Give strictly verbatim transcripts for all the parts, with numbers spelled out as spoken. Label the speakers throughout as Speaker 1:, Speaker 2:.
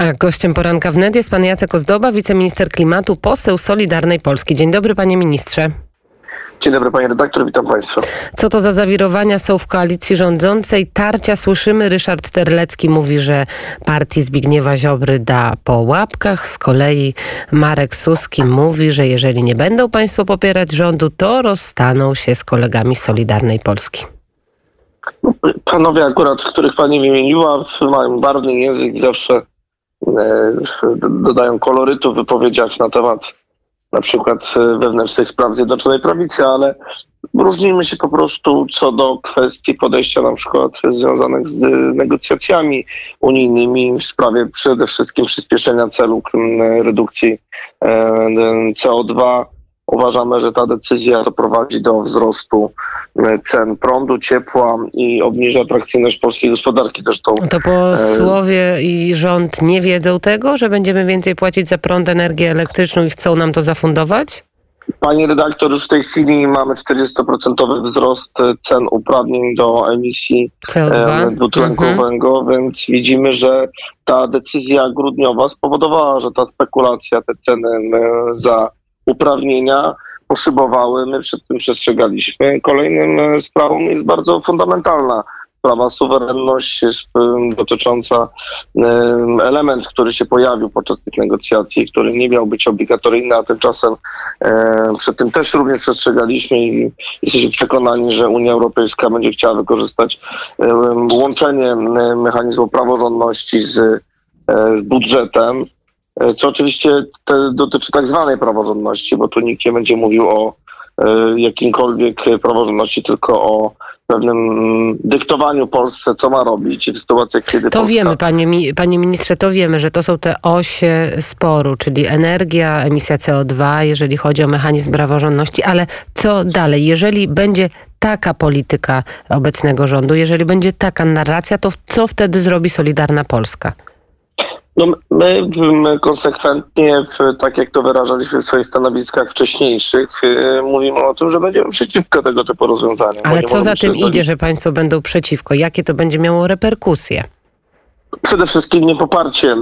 Speaker 1: A gościem poranka wnet jest pan Jacek Ozdoba, wiceminister klimatu, poseł Solidarnej Polski. Dzień dobry, panie ministrze.
Speaker 2: Dzień dobry, panie redaktor, witam państwa.
Speaker 1: Co to za zawirowania są w koalicji rządzącej? Tarcia słyszymy. Ryszard Terlecki mówi, że partii Zbigniewa Ziobry da po łapkach. Z kolei Marek Suski mówi, że jeżeli nie będą państwo popierać rządu, to rozstaną się z kolegami z Solidarnej Polski.
Speaker 2: Panowie akurat, których pani wymieniła, mają barwny język i zawsze e, dodają kolorytu w wypowiedziach na temat na przykład wewnętrznych spraw Zjednoczonej Prawicy, ale różnimy się po prostu co do kwestii podejścia na przykład związanych z negocjacjami unijnymi w sprawie przede wszystkim przyspieszenia celu redukcji C O dwa. Uważamy, że ta decyzja doprowadzi do wzrostu cen prądu, ciepła i obniży atrakcyjność polskiej gospodarki. Zresztą,
Speaker 1: to posłowie i rząd nie wiedzą tego, że będziemy więcej płacić za prąd, energię elektryczną i chcą nam to zafundować?
Speaker 2: Pani redaktor, już w tej chwili mamy czterdziestoprocentowy wzrost cen uprawnień do emisji
Speaker 1: C O dwa.
Speaker 2: dwutlenku
Speaker 1: Mhm.
Speaker 2: węgla, więc widzimy, że ta decyzja grudniowa spowodowała, że ta spekulacja, te ceny za uprawnienia poszybowały, my przed tym przestrzegaliśmy. Kolejnym sprawą jest bardzo fundamentalna sprawa, suwerenność dotycząca element, który się pojawił podczas tych negocjacji, który nie miał być obligatoryjny, a tymczasem przed tym też również przestrzegaliśmy i jesteśmy przekonani, że Unia Europejska będzie chciała wykorzystać łączenie mechanizmu praworządności z budżetem, co oczywiście te, dotyczy tak zwanej praworządności, bo tu nikt nie będzie mówił o e, jakimkolwiek praworządności, tylko o pewnym dyktowaniu Polsce, co ma robić w sytuacjach, kiedy
Speaker 1: To
Speaker 2: Polska...
Speaker 1: wiemy, panie, panie ministrze, to wiemy, że to są te osie sporu, czyli energia, emisja C O dwa, jeżeli chodzi o mechanizm praworządności, ale co dalej? Jeżeli będzie taka polityka obecnego rządu, jeżeli będzie taka narracja, to co wtedy zrobi Solidarna Polska?
Speaker 2: No my, my konsekwentnie, w, tak jak to wyrażaliśmy w swoich stanowiskach wcześniejszych, yy, mówimy o tym, że będziemy przeciwko tego typu rozwiązaniom.
Speaker 1: Ale co za tym idzie, że państwo będą przeciwko? Jakie to będzie miało reperkusje?
Speaker 2: Przede wszystkim niepoparcie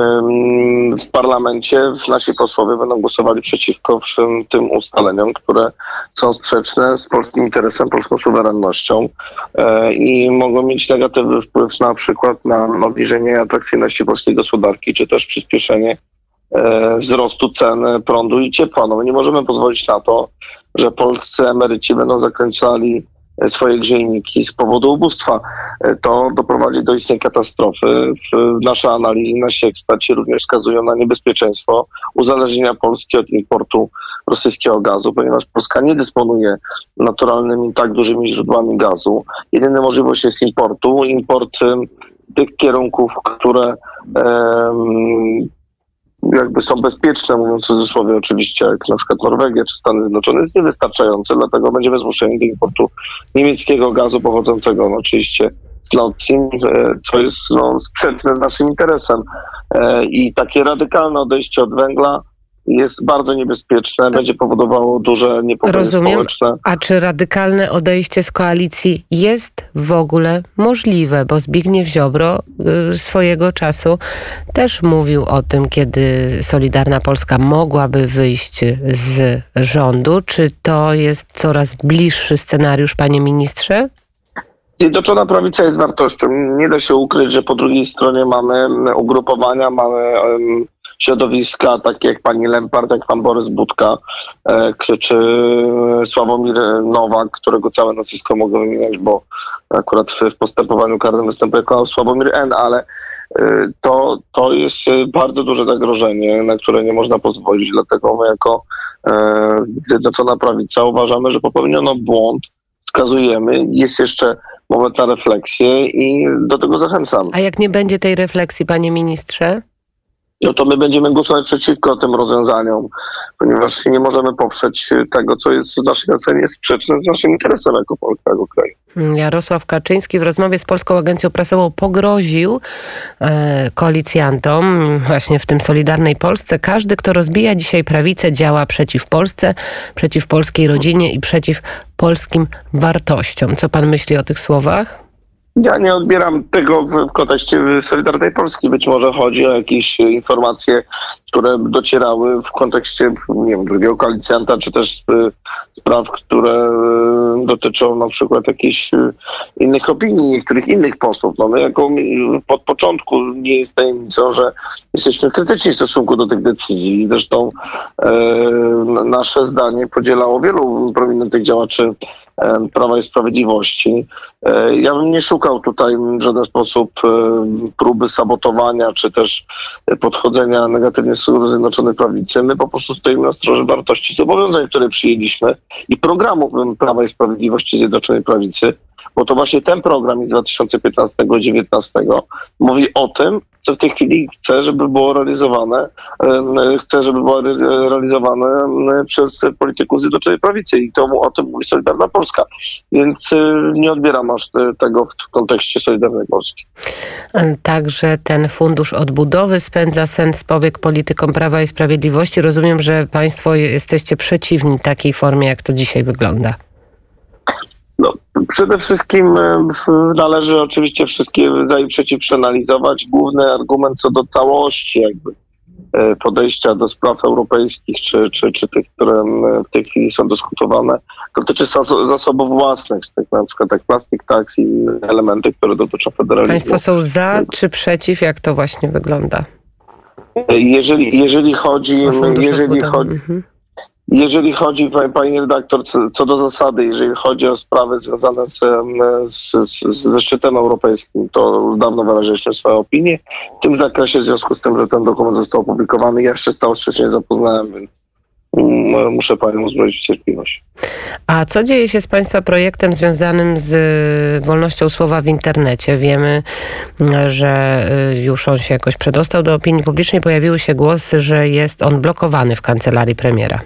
Speaker 2: w parlamencie. Nasi posłowie będą głosowali przeciwko tym ustaleniom, które są sprzeczne z polskim interesem, polską suwerennością i mogą mieć negatywny wpływ na przykład na obniżenie atrakcyjności polskiej gospodarki, czy też przyspieszenie wzrostu cen prądu i ciepła. No my nie możemy pozwolić na to, że polscy emeryci będą zakręcali swoje grzejniki z powodu ubóstwa. To doprowadzi do istnej katastrofy. Nasze analizy, nasi eksperci również wskazują na niebezpieczeństwo uzależnienia Polski od importu rosyjskiego gazu, ponieważ Polska nie dysponuje naturalnymi tak dużymi źródłami gazu. Jedyna możliwość jest importu. Import tych kierunków, które um, jakby są bezpieczne, mówiąc w cudzysłowie oczywiście, jak na przykład Norwegia czy Stany Zjednoczone, jest niewystarczający, dlatego będziemy zmuszeni do importu niemieckiego gazu pochodzącego no, oczywiście z Nord Stream, co jest no, sprzeczne z naszym interesem. I takie radykalne odejście od węgla jest bardzo niebezpieczne, będzie powodowało duże niepokoje
Speaker 1: Rozumiem.
Speaker 2: społeczne.
Speaker 1: A czy radykalne odejście z koalicji jest w ogóle możliwe? Bo Zbigniew Ziobro y, swojego czasu też mówił o tym, kiedy Solidarna Polska mogłaby wyjść z rządu. Czy to jest coraz bliższy scenariusz, panie ministrze?
Speaker 2: Zjednoczona Prawica jest wartością. Nie da się ukryć, że po drugiej stronie mamy ugrupowania, mamy um, środowiska takie jak pani Lempart, jak pan Borys Budka, e, czy Sławomir Nowak, którego całe nazwisko mogę wymieniać, bo akurat w, w postępowaniu karnym występuje jako Sławomir N., ale e, to, to jest bardzo duże zagrożenie, na które nie można pozwolić. Dlatego my jako e, Zjednoczona Prawica uważamy, że popełniono błąd, wskazujemy, jest jeszcze moment na refleksję i do tego zachęcam.
Speaker 1: A jak nie będzie tej refleksji, panie ministrze?
Speaker 2: No to my będziemy głosować przeciwko tym rozwiązaniom, ponieważ nie możemy poprzeć tego, co jest w naszej ocenie sprzeczne z naszym interesem jako polskiego kraju.
Speaker 1: Jarosław Kaczyński w rozmowie z Polską Agencją Prasową pogroził e, koalicjantom, właśnie w tym Solidarnej Polsce. Każdy, kto rozbija dzisiaj prawicę, działa przeciw Polsce, przeciw polskiej rodzinie i przeciw polskim wartościom. Co pan myśli o tych słowach?
Speaker 2: Ja nie odbieram tego w kontekście Solidarnej Polski. Być może chodzi o jakieś informacje, które docierały w kontekście, nie wiem, drugiego koalicjanta, czy też spraw, które dotyczą na przykład jakichś innych opinii niektórych innych posłów. No my jako od początku nie jest tajemnicą, że jesteśmy krytyczni w stosunku do tych decyzji. Zresztą e, nasze zdanie podzielało wielu prominentnych działaczy Prawa i Sprawiedliwości. Ja bym nie szukał tutaj w żaden sposób próby sabotowania, czy też podchodzenia negatywnie w stosunku do Zjednoczonej Prawicy. My po prostu stoimy na straży wartości zobowiązań, które przyjęliśmy i programów Prawa i Sprawiedliwości Zjednoczonej Prawicy, bo to właśnie ten program z dwa tysiące piętnastego do dwa tysiące dziewiętnastego mówi o tym, co w tej chwili chcę, żeby było realizowane, chcę, żeby było realizowane przez polityków Zjednoczonej Prawicy i to o tym mówi Solidarna Polska. Więc nie odbieram aż tego w kontekście Solidarnej Polski.
Speaker 1: Także ten Fundusz Odbudowy spędza sen z powiek politykom Prawa i Sprawiedliwości. Rozumiem, że państwo jesteście przeciwni takiej formie, jak to dzisiaj wygląda.
Speaker 2: No, przede wszystkim należy oczywiście wszystkie za i przeciw przeanalizować. Główny argument co do całości jakby podejścia do spraw europejskich, czy, czy, czy tych, które w tej chwili są dyskutowane, dotyczy zasobów własnych, tak, na przykład jak plastic tax i inne elementy, które dotyczą federalizmu.
Speaker 1: Państwo są za czy przeciw? Jak to właśnie wygląda?
Speaker 2: Jeżeli, jeżeli chodzi... Jeżeli chodzi mhm. Jeżeli chodzi, pani redaktor, co, co do zasady, jeżeli chodzi o sprawy związane z, z, z, ze szczytem europejskim, to już dawno wyrażyliśmy swoje opinie. W tym zakresie, w związku z tym, że ten dokument został opublikowany, ja jeszcze z całością się nie zapoznałem, więc muszę panią uzbroić w cierpliwość.
Speaker 1: A co dzieje się z państwa projektem związanym z wolnością słowa w internecie? Wiemy, że już on się jakoś przedostał do opinii publicznej. Pojawiły się głosy, że jest on blokowany w kancelarii premiera.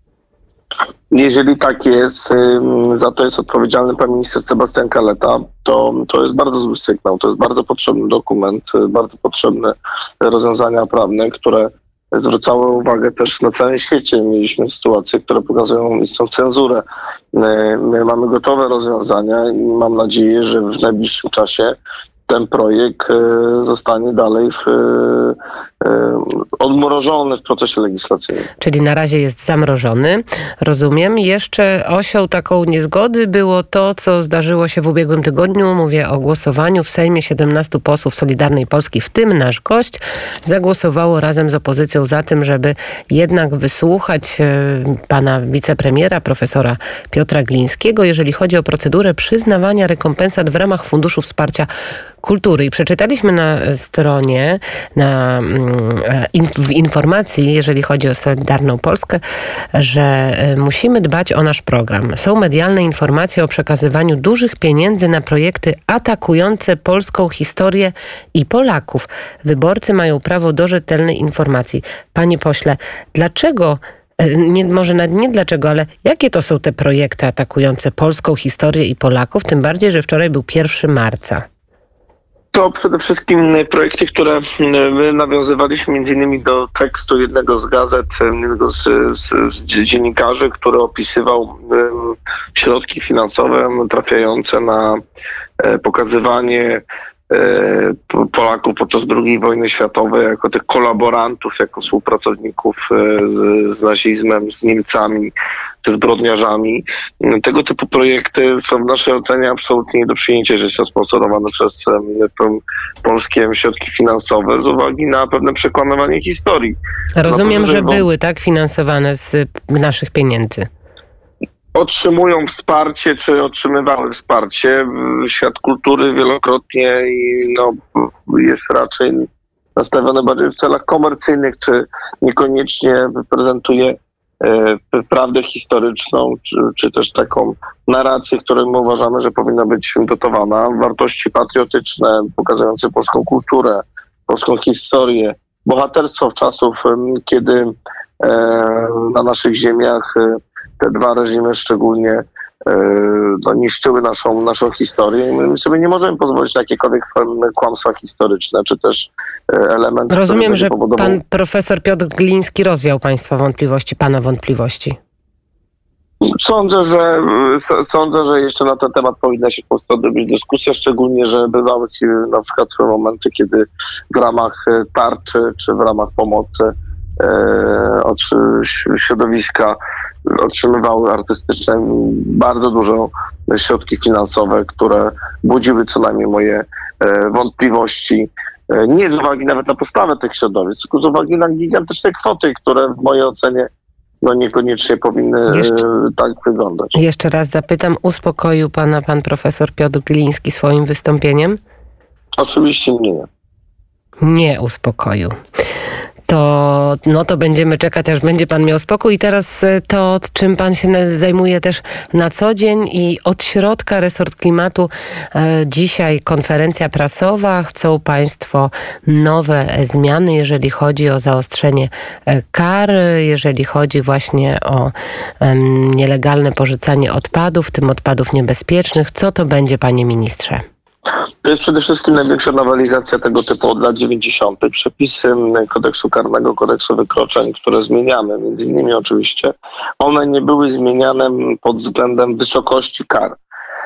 Speaker 2: Jeżeli tak jest, za to jest odpowiedzialny pan minister Sebastian Kaleta, to, to jest bardzo zły sygnał. To jest bardzo potrzebny dokument, bardzo potrzebne rozwiązania prawne, które zwracały uwagę też na całym świecie. Mieliśmy sytuacje, które pokazują istną cenzurę. My mamy gotowe rozwiązania i mam nadzieję, że w najbliższym czasie ten projekt zostanie dalej w, odmrożony w procesie legislacyjnym.
Speaker 1: Czyli na razie jest zamrożony. Rozumiem. Jeszcze osią taką niezgody było to, co zdarzyło się w ubiegłym tygodniu. Mówię o głosowaniu w Sejmie. siedemnastu posłów Solidarnej Polski, w tym nasz gość, zagłosowało razem z opozycją za tym, żeby jednak wysłuchać pana wicepremiera, profesora Piotra Glińskiego, jeżeli chodzi o procedurę przyznawania rekompensat w ramach Funduszu Wsparcia Kultury. I przeczytaliśmy na stronie, na, w informacji, jeżeli chodzi o Solidarną Polskę, że musimy dbać o nasz program. Są medialne informacje o przekazywaniu dużych pieniędzy na projekty atakujące polską historię i Polaków. Wyborcy mają prawo do rzetelnej informacji. Panie pośle, dlaczego Nie, może nawet nie dlaczego, ale jakie to są te projekty atakujące polską historię i Polaków? Tym bardziej, że wczoraj był pierwszego marca.
Speaker 2: To przede wszystkim projekty, które my nawiązywaliśmy między innymi do tekstu jednego z gazet, jednego z, z, z dziennikarzy, który opisywał środki finansowe trafiające na pokazywanie Polaków podczas drugiej wojny światowej jako tych kolaborantów, jako współpracowników z, z nazizmem, z Niemcami, ze zbrodniarzami. Tego typu projekty są w naszej ocenie absolutnie nie do przyjęcia, że są sponsorowane przez um, polskie środki finansowe z uwagi na pewne przekłamywanie historii.
Speaker 1: Rozumiem, no, że były tak finansowane z naszych pieniędzy.
Speaker 2: Otrzymują wsparcie, czy otrzymywały wsparcie. Świat kultury wielokrotnie i no, jest raczej nastawiony bardziej w celach komercyjnych, czy niekoniecznie prezentuje e, prawdę historyczną, czy, czy też taką narrację, którą my uważamy, że powinna być dotowana. Wartości patriotyczne, pokazujące polską kulturę, polską historię, bohaterstwo czasów, kiedy e, na naszych ziemiach e, te dwa reżimy szczególnie no, niszczyły naszą, naszą historię i my sobie nie możemy pozwolić na jakiekolwiek kłamstwa historyczne, czy też elementy...
Speaker 1: Rozumiem, że powodował... pan profesor Piotr Gliński rozwiał państwa wątpliwości, pana wątpliwości.
Speaker 2: Sądzę, że sądzę, że jeszcze na ten temat powinna się po prostu odbyć dyskusja, szczególnie, że bywały na przykład momenty, kiedy w ramach tarczy czy w ramach pomocy e, od środowiska otrzymywały artystyczne bardzo dużo środki finansowe, które budziły co najmniej moje e, wątpliwości. E, nie z uwagi nawet na postawę tych środowisk, tylko z uwagi na gigantyczne kwoty, które w mojej ocenie no niekoniecznie powinny jeszcze, e, tak wyglądać.
Speaker 1: Jeszcze raz zapytam, uspokoił pana pan profesor Piotr Gliński swoim wystąpieniem?
Speaker 2: Oczywiście nie.
Speaker 1: Nie uspokoił. To, no to będziemy czekać, aż będzie pan miał spokój. I teraz to, czym pan się zajmuje też na co dzień i od środka resort klimatu. E, dzisiaj konferencja prasowa. Chcą państwo nowe zmiany, jeżeli chodzi o zaostrzenie kar, jeżeli chodzi właśnie o um, nielegalne porzucanie odpadów, w tym odpadów niebezpiecznych. Co to będzie, panie ministrze?
Speaker 2: To jest przede wszystkim największa nowelizacja tego typu od lat dziewięćdziesiątych. Przepisy kodeksu karnego, kodeksu wykroczeń, które zmieniamy, między innymi oczywiście, one nie były zmieniane pod względem wysokości kar.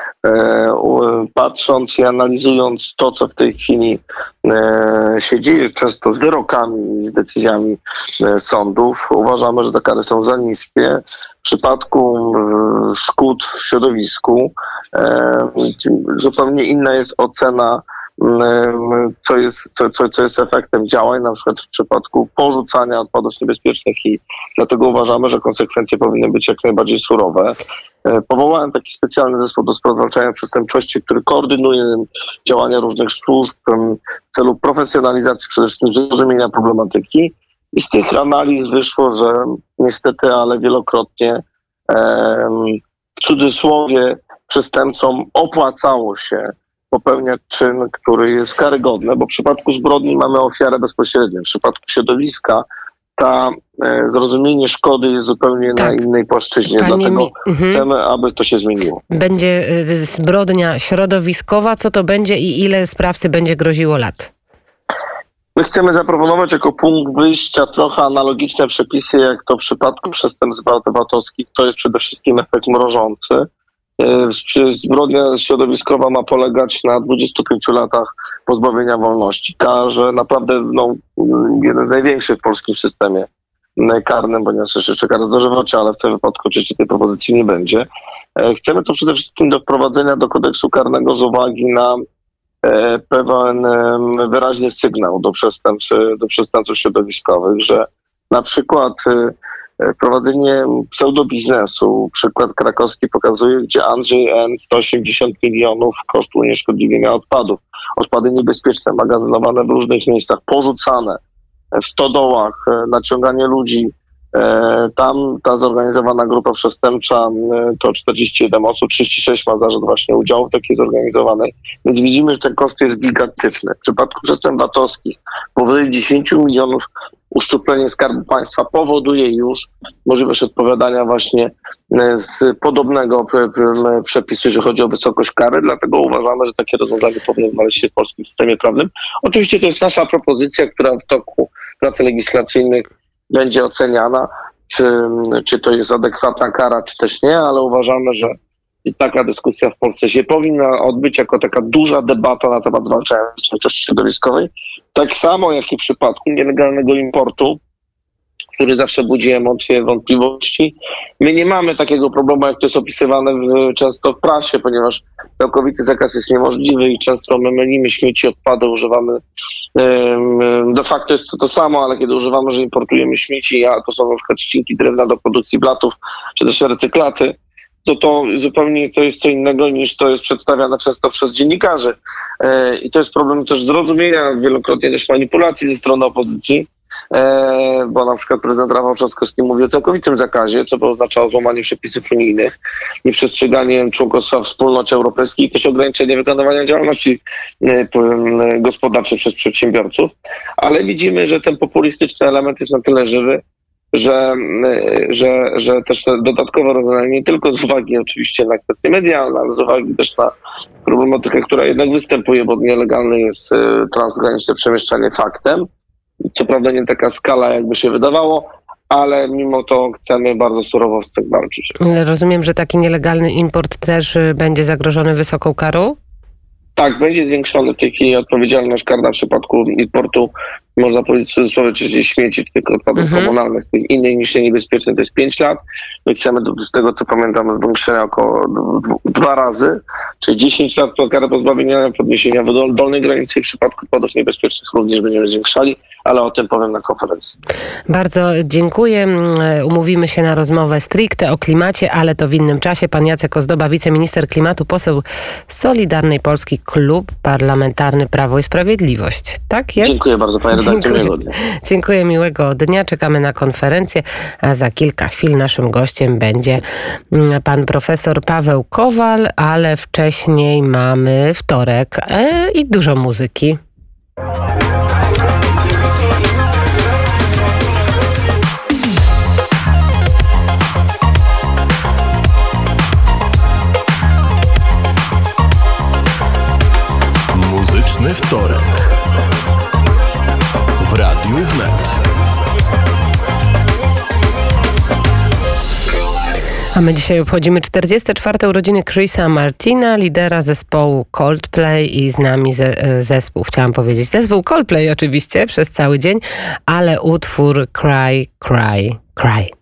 Speaker 2: Patrząc i analizując to, co w tej chwili się dzieje, często z wyrokami i z decyzjami sądów, uważamy, że te kary są za niskie. W przypadku szkód w środowisku zupełnie inna jest ocena, co jest, co, co, co jest efektem działań, na przykład w przypadku porzucania odpadów niebezpiecznych, i dlatego uważamy, że konsekwencje powinny być jak najbardziej surowe. Powołałem taki specjalny zespół do spraw zwalczania przestępczości, który koordynuje działania różnych służb w celu profesjonalizacji, przede wszystkim zrozumienia problematyki. I z tych analiz wyszło, że niestety, ale wielokrotnie w cudzysłowie przestępcom opłacało się popełniać czyn, który jest karygodny, bo w przypadku zbrodni mamy ofiarę bezpośrednią. W przypadku środowiska ta e, zrozumienie szkody jest zupełnie tak na innej płaszczyźnie. Panie Dlatego mi... mhm. chcemy, aby to się zmieniło.
Speaker 1: Będzie y, zbrodnia środowiskowa. Co to będzie i ile sprawcy będzie groziło lat?
Speaker 2: My chcemy zaproponować jako punkt wyjścia trochę analogiczne przepisy, jak to w przypadku przestępstw VAT-owskich. To jest przede wszystkim efekt mrożący. Zbrodnia środowiskowa ma polegać na dwudziestu pięciu latach pozbawienia wolności. Karze naprawdę no, jeden z największych w polskim systemie karnym, ponieważ jeszcze kara dożywocia, ale w tym wypadku oczywiście tej propozycji nie będzie. Chcemy to przede wszystkim do wprowadzenia do kodeksu karnego z uwagi na pewien wyraźny sygnał do przestępstw, do przestępców środowiskowych, że na przykład prowadzenie pseudobiznesu, przykład krakowski pokazuje, gdzie Andrzej N. sto osiemdziesiąt milionów kosztu unieszkodliwienia odpadów. Odpady niebezpieczne, magazynowane w różnych miejscach, porzucane w stodołach, naciąganie ludzi. Tam ta zorganizowana grupa przestępcza to czterdzieści jeden osób, trzydzieści sześć ma zarzut właśnie udziału w takiej zorganizowanej. Więc widzimy, że ten koszt jest gigantyczny. W przypadku przestępstw VAT-owskich powyżej dziesięć milionów uszczuplenie Skarbu Państwa powoduje już możliwość odpowiadania właśnie z podobnego przepisu, jeżeli chodzi o wysokość kary. Dlatego uważamy, że takie rozwiązanie powinno znaleźć się w polskim systemie prawnym. Oczywiście to jest nasza propozycja, która w toku prac legislacyjnych będzie oceniana, czy, czy to jest adekwatna kara, czy też nie, ale uważamy, że taka dyskusja w Polsce się powinna odbyć jako taka duża debata na temat zwalczania przestępczości środowiskowej. Tak samo jak i w przypadku nielegalnego importu, który zawsze budzi emocje, wątpliwości. My nie mamy takiego problemu, jak to jest opisywane w, często w prasie, ponieważ całkowity zakaz jest niemożliwy i często my mylimy śmieci, odpady, używamy, um, de facto jest to to samo, ale kiedy używamy, że importujemy śmieci, a to są na przykład ścinki drewna do produkcji blatów, czy też recyklaty, to to zupełnie to jest co innego niż to jest przedstawiane często przez dziennikarzy. E, I to jest problem też zrozumienia, wielokrotnie też manipulacji ze strony opozycji, e, bo na przykład prezydent Rafał Trzaskowski mówi o całkowitym zakazie, co by oznaczało złamanie przepisów unijnych, nieprzestrzeganie członkostwa w Wspólnocie Europejskiej i też ograniczenie wykonywania działalności e, gospodarczej przez przedsiębiorców. Ale widzimy, że ten populistyczny element jest na tyle żywy, że, że, że też te dodatkowe rozwiązania, nie tylko z uwagi oczywiście na kwestie medialne, ale z uwagi też na problematykę, która jednak występuje, bo nielegalne jest transgraniczne przemieszczanie faktem. Co prawda nie taka skala, jakby się wydawało, ale mimo to chcemy bardzo surowo z tym walczyć.
Speaker 1: Rozumiem, że taki nielegalny import też będzie zagrożony wysoką karą?
Speaker 2: Tak, będzie zwiększony w tej chwili odpowiedzialność karna w przypadku importu, można powiedzieć w cudzysłowie, czyli śmieci, czy tylko odpadów
Speaker 1: Mhm.
Speaker 2: komunalnych, tych innych niż niebezpieczne, to jest pięć lat. My chcemy, do, z tego co pamiętam, zwiększenia około dw, dwa razy, czyli dziesięć lat to karę pozbawienia, podniesienia do dolnej granicy i w przypadku odpadów niebezpiecznych również będziemy zwiększali, ale o tym powiem na konferencji.
Speaker 1: Bardzo dziękuję. Umówimy się na rozmowę stricte o klimacie, ale to w innym czasie. Pan Jacek Ozdoba, wiceminister klimatu, poseł Solidarnej Polski, Klub Parlamentarny Prawo i Sprawiedliwość. Tak jest?
Speaker 2: Dziękuję bardzo, panie redaktor.
Speaker 1: Dziękuję. Dziękuję, miłego dnia. Czekamy na konferencję, a za kilka chwil naszym gościem będzie pan profesor Paweł Kowal, ale wcześniej mamy wtorek e, i dużo muzyki.
Speaker 3: Muzyczny wtorek w Radiu Wnet.
Speaker 1: A my dzisiaj obchodzimy czterdzieste czwarte urodziny Chrisa Martina, lidera zespołu Coldplay, i z nami ze, zespół, chciałam powiedzieć, zespół Coldplay oczywiście przez cały dzień, ale utwór Cry, Cry, Cry.